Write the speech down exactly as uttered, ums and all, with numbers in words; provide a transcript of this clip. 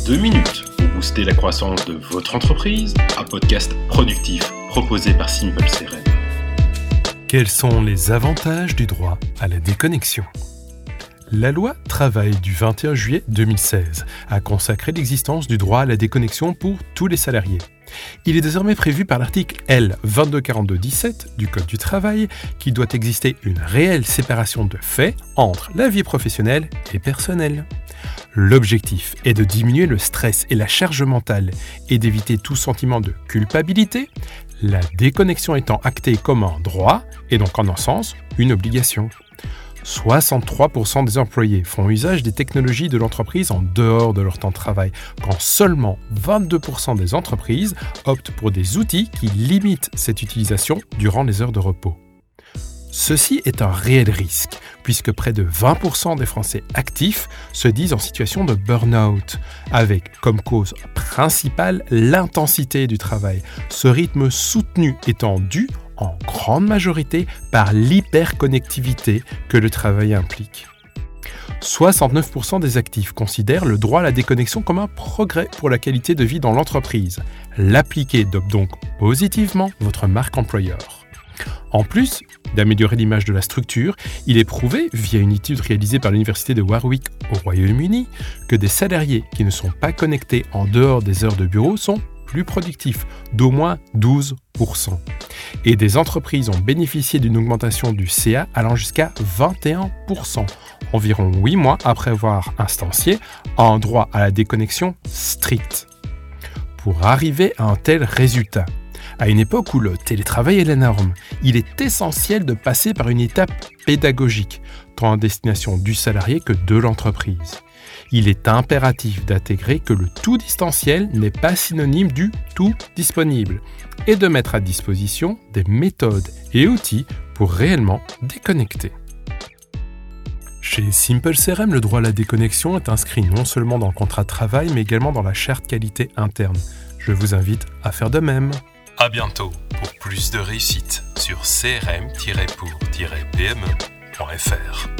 deux minutes pour booster la croissance de votre entreprise, un podcast productif proposé par Simple C R M. Quels sont les avantages du droit à la déconnexion ? La loi Travail du vingt et un juillet deux mille seize a consacré l'existence du droit à la déconnexion pour tous les salariés. Il est désormais prévu par l'article L vingt-deux quarante-deux dix-sept du Code du travail qu'il doit exister une réelle séparation de fait entre la vie professionnelle et personnelle. L'objectif est de diminuer le stress et la charge mentale et d'éviter tout sentiment de culpabilité, la déconnexion étant actée comme un droit et donc en un sens une obligation. soixante-trois pour cent des employés font usage des technologies de l'entreprise en dehors de leur temps de travail, quand seulement vingt-deux pour cent des entreprises optent pour des outils qui limitent cette utilisation durant les heures de repos. Ceci est un réel risque, puisque près de vingt pour cent des Français actifs se disent en situation de burn-out, avec comme cause principale l'intensité du travail, ce rythme soutenu étant dû en grande majorité par l'hyperconnectivité que le travail implique. soixante-neuf pour cent des actifs considèrent le droit à la déconnexion comme un progrès pour la qualité de vie dans l'entreprise. L'appliquer dope donc positivement votre marque employeur. En plus d'améliorer l'image de la structure, il est prouvé, via une étude réalisée par l'université de Warwick au Royaume-Uni, que des salariés qui ne sont pas connectés en dehors des heures de bureau sont plus productifs, d'au moins douze pour cent. Et des entreprises ont bénéficié d'une augmentation du C A allant jusqu'à vingt et un pour cent, environ huit mois après avoir instancié un droit à la déconnexion strict. Pour arriver à un tel résultat, à une époque où le télétravail est la norme, il est essentiel de passer par une étape pédagogique, tant à destination du salarié que de l'entreprise. Il est impératif d'intégrer que le tout distanciel n'est pas synonyme du tout disponible et de mettre à disposition des méthodes et outils pour réellement déconnecter. Chez Simple C R M, le droit à la déconnexion est inscrit non seulement dans le contrat de travail, mais également dans la charte qualité interne. Je vous invite à faire de même. À bientôt pour plus de réussite sur c r m tiret pour tiret p m e point f r.